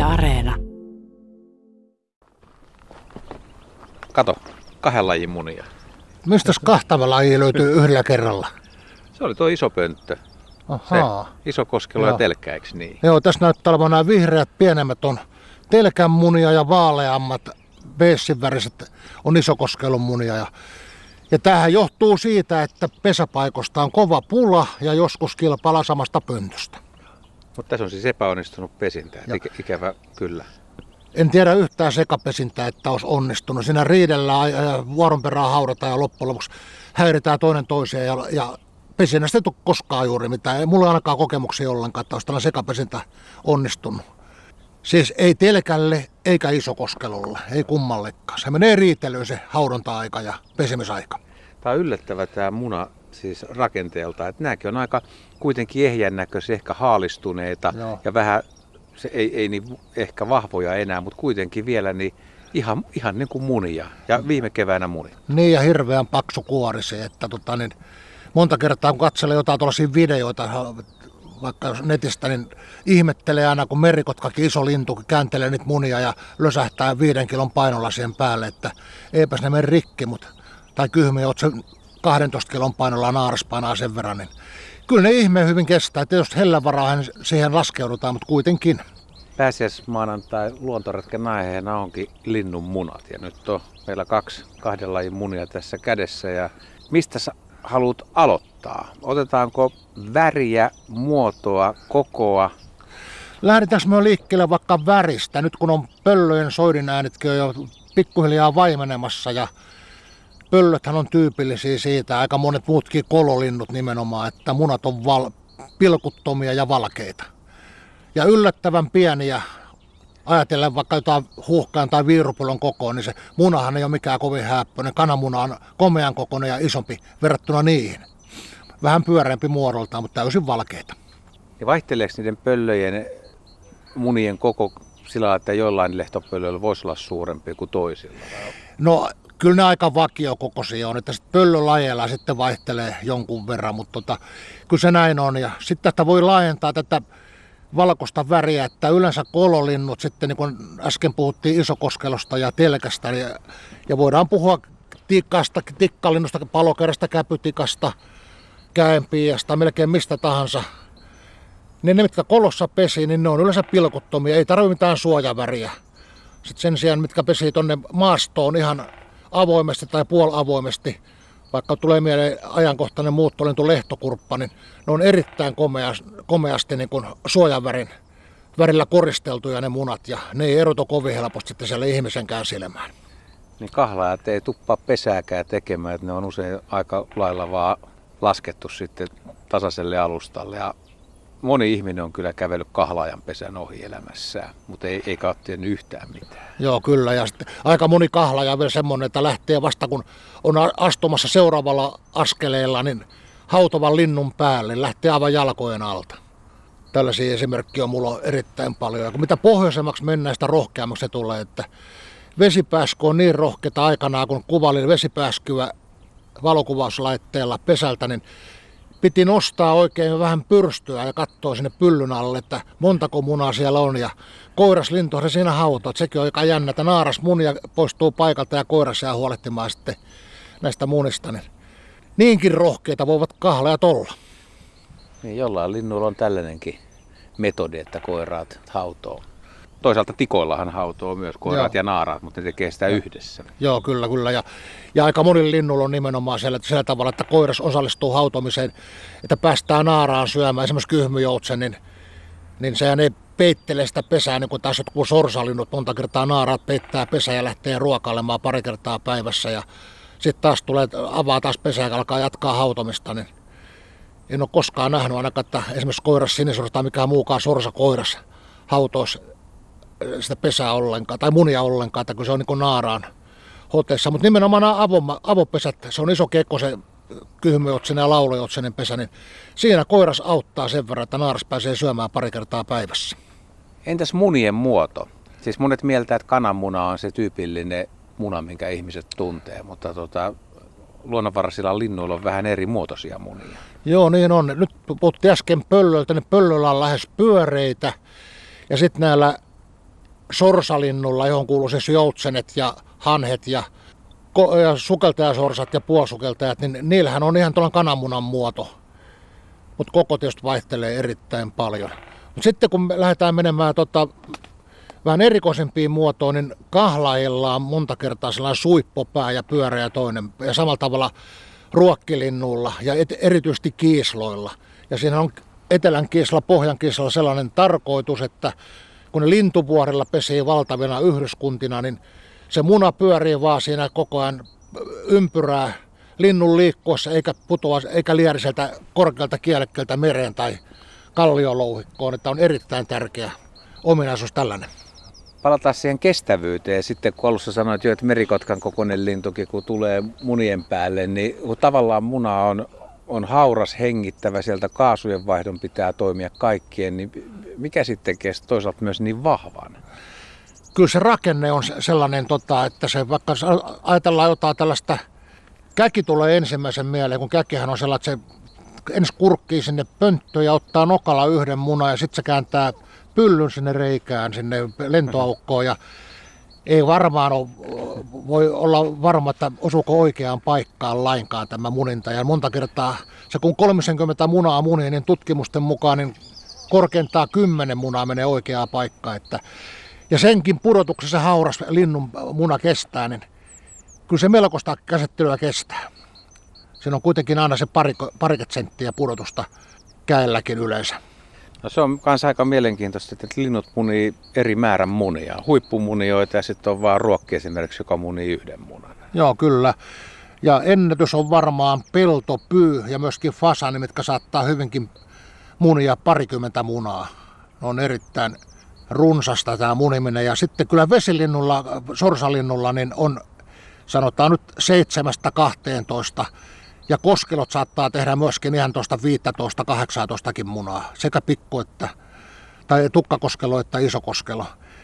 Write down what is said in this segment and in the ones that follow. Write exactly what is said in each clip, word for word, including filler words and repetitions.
Areena. Kato, kahden lajin munia. Mistäs kahta lajia löytyy yhdellä kerralla? Se oli tuo iso pönttö. Ahaa. Se iso koskelo ja telkkä, eikö niin? Joo, tässä näyttää olevan nämä vihreät pienemmät on telkän munia ja vaaleammat beessin väriset on isokoskelon munia. Ja, ja tämähän johtuu siitä, että pesäpaikosta on kova pula ja joskus kilpaillaan samasta pöntöstä. Mutta tässä on siis epäonnistunut pesintä, Ikä, ikävä kyllä. En tiedä yhtään sekapesintää, että olisi onnistunut. Siinä riidellään ja vuoron perään haudataan ja loppujen lopuksi häiritään toinen toiseen ja, ja pesinnästä ei tule koskaan juuri mitään. Ei mulla ainakaan kokemuksia ollenkaan, että olisi tällainen sekapesintä onnistunut. Siis ei telkälle eikä isokoskelulle, ei kummallekaan. Se menee riitelyyn se haudonta-aika ja pesimisaika. Tämä on yllättävä tämä muna siis rakenteelta, että nämäkin on aika kuitenkin ehjän näköisiä, ehkä haalistuneita. Joo. Ja vähän, se ei, ei niin ehkä vahvoja enää, mutta kuitenkin vielä niin ihan, ihan niin kuin munia ja viime keväänä muni. Niin ja hirveän paksu kuori se, että tota, niin monta kertaa kun katselee jotain tuollaisia videoita, vaikka netistä, niin ihmettelee aina, kun merikotkakin iso lintu kääntelee niitä munia ja lösähtää viiden kilon painolla siihen päälle, että eipäs ne mene rikki, mutta, tai kyhmiä, oot sen kahdentoista kilon painolla naaras painaa sen verran, niin kyllä ne ihmeen hyvin kestää. Tietysti hellävaraan siihen laskeudutaan, mutta kuitenkin. Pääsiäismaanantai luontoretken aiheena onkin linnun munat ja nyt on meillä kaksi kahden lajin munia tässä kädessä ja mistä sä haluat aloittaa? Otetaanko väriä, muotoa, kokoa? Lähdetäänkö me liikkeelle vaikka väristä, nyt kun on pöllöjen soidin äänetkin jo pikkuhiljaa vaimenemassa ja pöllöthän on tyypillisiä siitä, aika monet muutkin kololinnut nimenomaan, että munat on val- pilkuttomia ja valkeita. Ja yllättävän pieniä, ajatellen vaikka jotain huuhkaan tai viirupullon kokoon, niin se munahan ei ole mikään kovin häppöinen. Kananmuna on komean kokoinen ja isompi verrattuna niihin. Vähän pyöreämpi muodoltaan, mutta täysin valkeita. Ja vaihteleeko niiden pöllöjen munien koko sillä, että jollain lehtopöllöillä voisi olla suurempi kuin toisilla? No kyllä ne aika vakiokokoisia on, että sitten pöllölajeilla sitten vaihtelee jonkun verran, mutta tota, kyllä se näin on. Ja sitten että voi laajentaa tätä valkoista väriä, että yleensä kololinnut sitten, niin kuin äsken puhuttiin isokoskelosta ja telkästä, ja, ja voidaan puhua tikasta, tikkalinnusta, palokerästä, käpytikasta, käenpiiasta, melkein mistä tahansa. Ne, ne, mitkä kolossa pesii, niin ne on yleensä pilkuttomia, ei tarvitse mitään suojaväriä. Sitten sen sijaan, mitkä pesii tuonne maastoon ihan avoimesti tai puolavoimesti, vaikka tulee mieleen ajankohtainen muuttolintu lehtokurppa, niin ne on erittäin komea, komeasti niin kuin suojavärin värillä koristeltuja ne munat, ja ne ei erotu kovin helposti sitten siellä ihmisenkään silmään. Niin kahlaajat ei tuppaa pesääkään tekemään, että ne on usein aika lailla vaan laskettu sitten tasaiselle alustalle. Ja moni ihminen on kyllä kävellyt kahlaajan pesän ohi elämässään, mutta ei, eikä ole tiennyt yhtään mitään. Joo, kyllä. Ja sitten aika moni kahlaaja on vielä semmoinen, että lähtee vasta kun on astumassa seuraavalla askeleella, niin hautavan linnun päälle, lähtee aivan jalkojen alta. Tällaisia esimerkkejä on mulla erittäin paljon. Ja kun mitä pohjoisemmaksi mennään, sitä rohkeammaksi se tulee, että vesipääsky on niin rohkeita aikanaan, kun kuvailin vesipääskyä valokuvauslaitteella pesältä, niin piti nostaa oikein vähän pyrstöä ja katsoa sinne pyllyn alle, että montako munaa siellä on. Ja koiraslintu se siinä hautoo. Sekin on aika jännä, että naaras munia poistuu paikalta ja koiras jää huolehtimaan sitten näistä munista. Niin niinkin rohkeita voivat kahlajat olla. Niin, jollain linnuilla on tällainenkin metodi, että koiraat hautoo. Toisaalta tikoillahan hautoo myös koiraat Joo. ja naaraat, mutta ne tekee sitä yhdessä. Joo, kyllä, kyllä. Ja, ja aika monilla linnuilla on nimenomaan sillä, sillä tavalla, että koiras osallistuu hautomiseen, että päästään naaraan syömään. Esimerkiksi kyhmyjoutsen, niin, niin sehän ei peittele sitä pesää, niin kuin taas jotkut sorsalinnut. Monta kertaa naaraat peittää pesää ja lähtee ruokailemaan pari kertaa päivässä. Ja sitten taas tulee, avaa taas pesää ja alkaa jatkaa hautomista. Niin en ole koskaan nähnyt ainakaan, että esimerkiksi koiras sinisorsa tai mikään muukaan sorsakoiras hautoisi sitä pesää ollenkaan, tai munia ollenkaan, että kun se on niin kuin naaraan hoteessa. Mutta nimenomaan nämä avo, avopesät, se on iso kekko se kyhmyjoutsen ja laulajoutsen pesä, niin siinä koiras auttaa sen verran, että naaras pääsee syömään pari kertaa päivässä. Entäs munien muoto? Siis monet mieltä, että kananmuna on se tyypillinen muna, minkä ihmiset tuntee, mutta tota, luonnonvaraisilla linnuilla on vähän eri muotoisia munia. Joo, niin on. Nyt puhuttiin äsken pöllöiltä, niin pöllöillä on lähes pyöreitä, ja sitten näillä sorsalinnulla, johon kuuluu siis joutsenet ja hanhet ja, ja sukeltajasorsat ja puolsukeltajat, niin niillähän on ihan tuollainen kananmunan muoto. Mutta koko tietysti vaihtelee erittäin paljon. Mut sitten kun me lähdetään menemään tota, vähän erikoisempiin muotoon, niin kahlaillaan monta kertaa sellainen suippopää ja pyöreä toinen. Ja samalla tavalla ruokkilinnuilla ja et, erityisesti kiisloilla. Ja siinä on etelän kiislalla, pohjan kiislalla sellainen tarkoitus, että kun ne lintuvuorilla pesii valtavina yhdyskuntina, niin se muna pyörii vaan siinä koko ajan ympyrää linnun liikkuessa, eikä putoa, eikä lieri sieltä korkealta kielekkeeltä mereen tai kalliolouhikkoon, että on erittäin tärkeä ominaisuus tällainen. Palataan siihen kestävyyteen. Sitten kun alussa sanoit jo, että merikotkan kokoinen lintukin, kun tulee munien päälle, niin kun tavallaan muna on, on hauras, hengittävä, sieltä kaasujen vaihdon pitää toimia kaikkien, niin mikä sitten kestää toisaalta myös niin vahvan? Kyllä se rakenne on sellainen, tota, että se vaikka ajatellaan jotain tällaista, käki tulee ensimmäisen mieleen, kun käkihän on sellainen, että se ensin kurkkii sinne pönttöön ja ottaa nokalla yhden munan ja sitten se kääntää pyllyn sinne reikään, sinne lentoaukkoon ja ei varmaan ole, voi olla varma, että osuuko oikeaan paikkaan lainkaan tämä muninta. Ja monta kertaa se kun kolmekymmentä munaa munii, niin tutkimusten mukaan niin korkeintaan kymmenen munaa menee oikeaan paikkaan. Että, ja senkin pudotuksessa hauras linnun muna kestää, niin kyllä se melkoista käsittelyä kestää. Siinä on kuitenkin aina se parikymmentä senttiä pudotusta käelläkin yleensä. No se on myös aika mielenkiintoista, että linnut munii eri määrän munia. Huippumunioita ja sitten on vaan ruokki esimerkiksi, joka munii yhden munan. Joo, kyllä. Ja ennätys on varmaan pelto, pyy ja myöskin fasani, mitkä saattaa hyvinkin munia parikymmentä munaa. Ne on erittäin runsasta tämä muniminen. Ja sitten kyllä vesilinnulla, sorsalinnulla niin on sanotaan nyt seitsemästä kahteentoista. Ja koskelot saattaa tehdä myöskin ihan tuosta viisitoista kahdeksantoistakin munaa, sekä pikku että, tai tukkakoskelo että isokoskelo.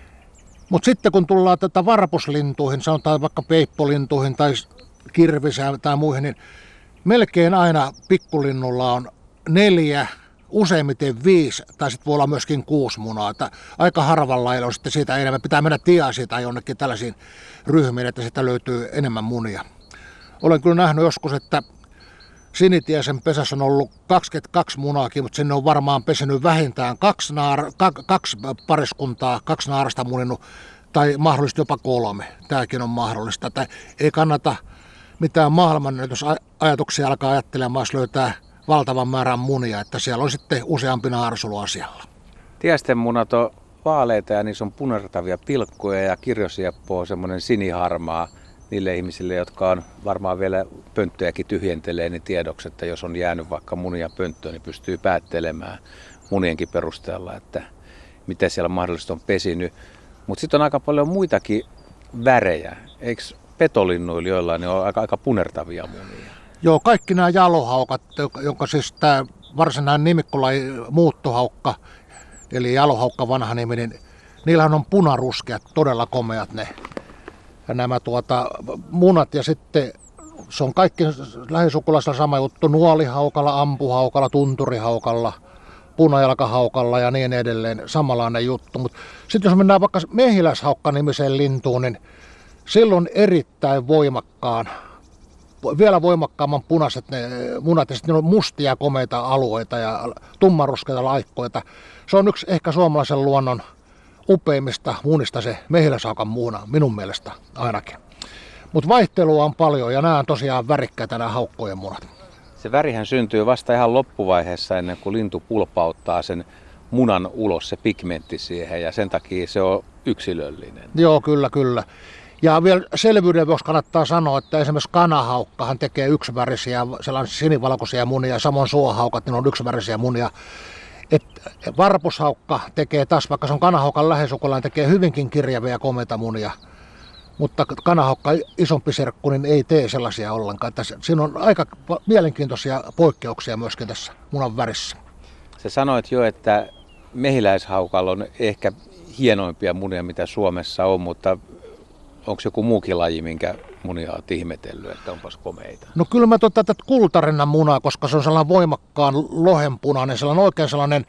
Mutta sitten kun tullaan tätä varpuslintuihin, sanotaan vaikka peippolintuihin tai kirvisään tai muihin, niin melkein aina pikkulinnulla on neljä, useimmiten viisi, tai sitten voi olla myöskin kuusi munaa. Että aika harvalla ei ole sitten siitä enemmän. Pitää mennä tiaisiin tai jonnekin tällaisiin ryhmiin, että sitä löytyy enemmän munia. Olen kyllä nähnyt joskus, että sinitiaisen pesässä on ollut kaksikymmentäkaksi munaakin, mutta sinne on varmaan pesinyt vähintään kaksi, naar, kaksi pariskuntaa, kaksi naarasta muninut, tai mahdollisesti jopa kolme. Tämäkin on mahdollista. Että ei kannata mitään maailmanennätysajatuksia alkaa ajattelemaan, jos löytää valtavan määrän munia, että siellä on sitten useampi naarsulu asialla. Tiaisten munat on vaaleita ja niissä on punertavia pilkkuja ja kirjosieppo on semmoinen siniharmaa. Niille ihmisille, jotka on varmaan vielä pönttöjäkin tyhjentelee, niin tiedoksi, että jos on jäänyt vaikka munia pönttöön, niin pystyy päättelemään munienkin perusteella, että mitä siellä mahdollisesti on pesinyt. Mutta sitten on aika paljon muitakin värejä. Eikö petolinnuilla joillain ne on aika, aika punertavia munia? Joo, kaikki nämä jalohaukat, jonka siis tämä varsinainen nimikkolaji muuttohaukka, eli jalohaukka vanha nimi, niin niillähän on punaruskeat, todella komeat ne. Ja nämä tuota, munat ja sitten se on kaikki lähisukulaisilla sama juttu, nuolihaukalla, ampuhaukalla, tunturihaukalla, punajalkahaukalla ja niin edelleen, samanlainen juttu. Mutta sitten jos mennään vaikka mehiläishaukka-nimiseen lintuun, niin silloin erittäin voimakkaan, vielä voimakkaamman punaiset ne munat ja sitten on mustia komeita alueita ja tummanruskeita laikkoita. Se on yksi ehkä suomalaisen luonnon upeimmista munista se mehiläishaukan muuna, minun mielestä ainakin. Mutta vaihtelua on paljon ja nämä on tosiaan värikkäitä nämä haukkojen munat. Se värihän syntyy vasta ihan loppuvaiheessa ennen kuin lintu pulpauttaa sen munan ulos, se pigmentti siihen ja sen takia se on yksilöllinen. Joo, kyllä, kyllä. Ja vielä selvyyden vuoksi kannattaa sanoa, että esimerkiksi kanahaukkahan tekee yksivärisiä, sellaisia sinivalkoisia munia, samoin suohaukat, niin on yksivärisiä munia. Et varpushaukka tekee taas, vaikka se on kanahaukan lähisukulainen, tekee hyvinkin kirjavia ja komeita munia. Mutta kanahaukka isompi serkku niin ei tee sellaisia ollenkaan. Että siinä on aika mielenkiintoisia poikkeuksia myöskin tässä munan värissä. Sä sanoit jo, että mehiläishaukalla on ehkä hienoimpia munia, mitä Suomessa on, mutta onko joku muukin laji, minkä munia olet ihmetellyt, että onpas komeita? No kyllä mä tuota tätä kultarennan munaa, koska se on sellainen voimakkaan lohenpunainen, sellainen oikein sellainen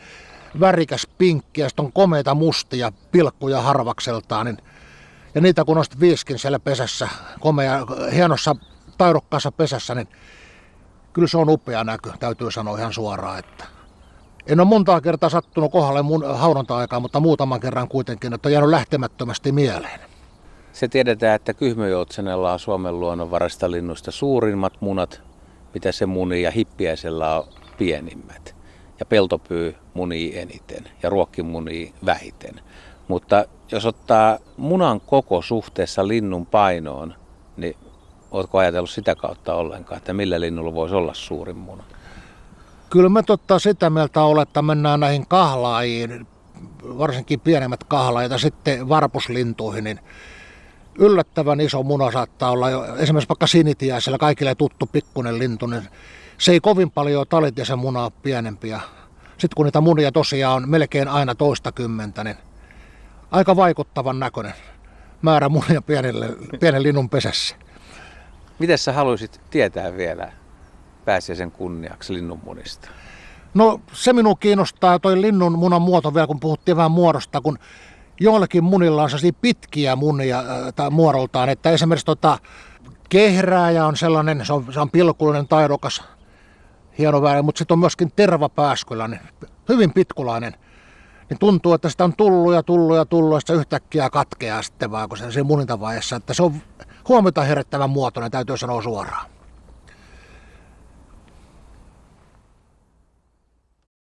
värikäs pinkki ja sitten on komeita mustia pilkkuja harvakseltaan. Niin, ja niitä kun on sitten viiskin siellä pesässä, komea, hienossa taidokkaassa pesässä, niin kyllä se on upea näky, täytyy sanoa ihan suoraan. Että en ole montaa kertaa sattunut kohdalle mun haudonta-aikaan, mutta muutaman kerran kuitenkin, että on jäänyt lähtemättömästi mieleen. Se tiedetään, että kyhmöjoutsenella on Suomen luonnonvaraista linnuista suurimmat munat, mitä se munii, ja hippiäisellä on pienimmät. Ja peltopyy munii eniten ja ruokki munii vähiten. Mutta jos ottaa munan koko suhteessa linnun painoon, niin oletko ajatellut sitä kautta ollenkaan, että millä linnulla voisi olla suurin muna? Kyllä me totta sitä mieltä olen, että mennään näihin kahlaajiin, varsinkin pienemmät kahlaajat ja sitten varpuslintuihin, niin yllättävän iso muna saattaa olla jo, esimerkiksi vaikka sinitiäisellä, kaikille tuttu pikkunen lintu, niin se ei kovin paljon talit ja se muna on pienempiä. Sitten kun niitä munia tosiaan on melkein aina toista kymmentä, niin aika vaikuttavan näköinen määrä munia pienelle, pienen linnun pesässä. Miten sä haluaisit tietää vielä pääsiäisen kunniaksi linnunmunista? No se minua kiinnostaa toi linnun munan muoto vielä, kun puhuttiin vähän muodosta, kun joillakin munilla on sellaisia pitkiä munia tai muodoltaan, että esimerkiksi tota, kehrääjä on sellainen, se on, se on pilkullinen, taidokas, hieno väri, mutta sitten on myöskin tervapääskyläinen, hyvin pitkulainen. Niin tuntuu, että sitä on tullut ja tullut ja tullut, ja se yhtäkkiä katkeaa sitten vaan, kun se, se munintavaiheessa, että se on huomiota herättävän muotoinen, täytyy sanoa suoraan.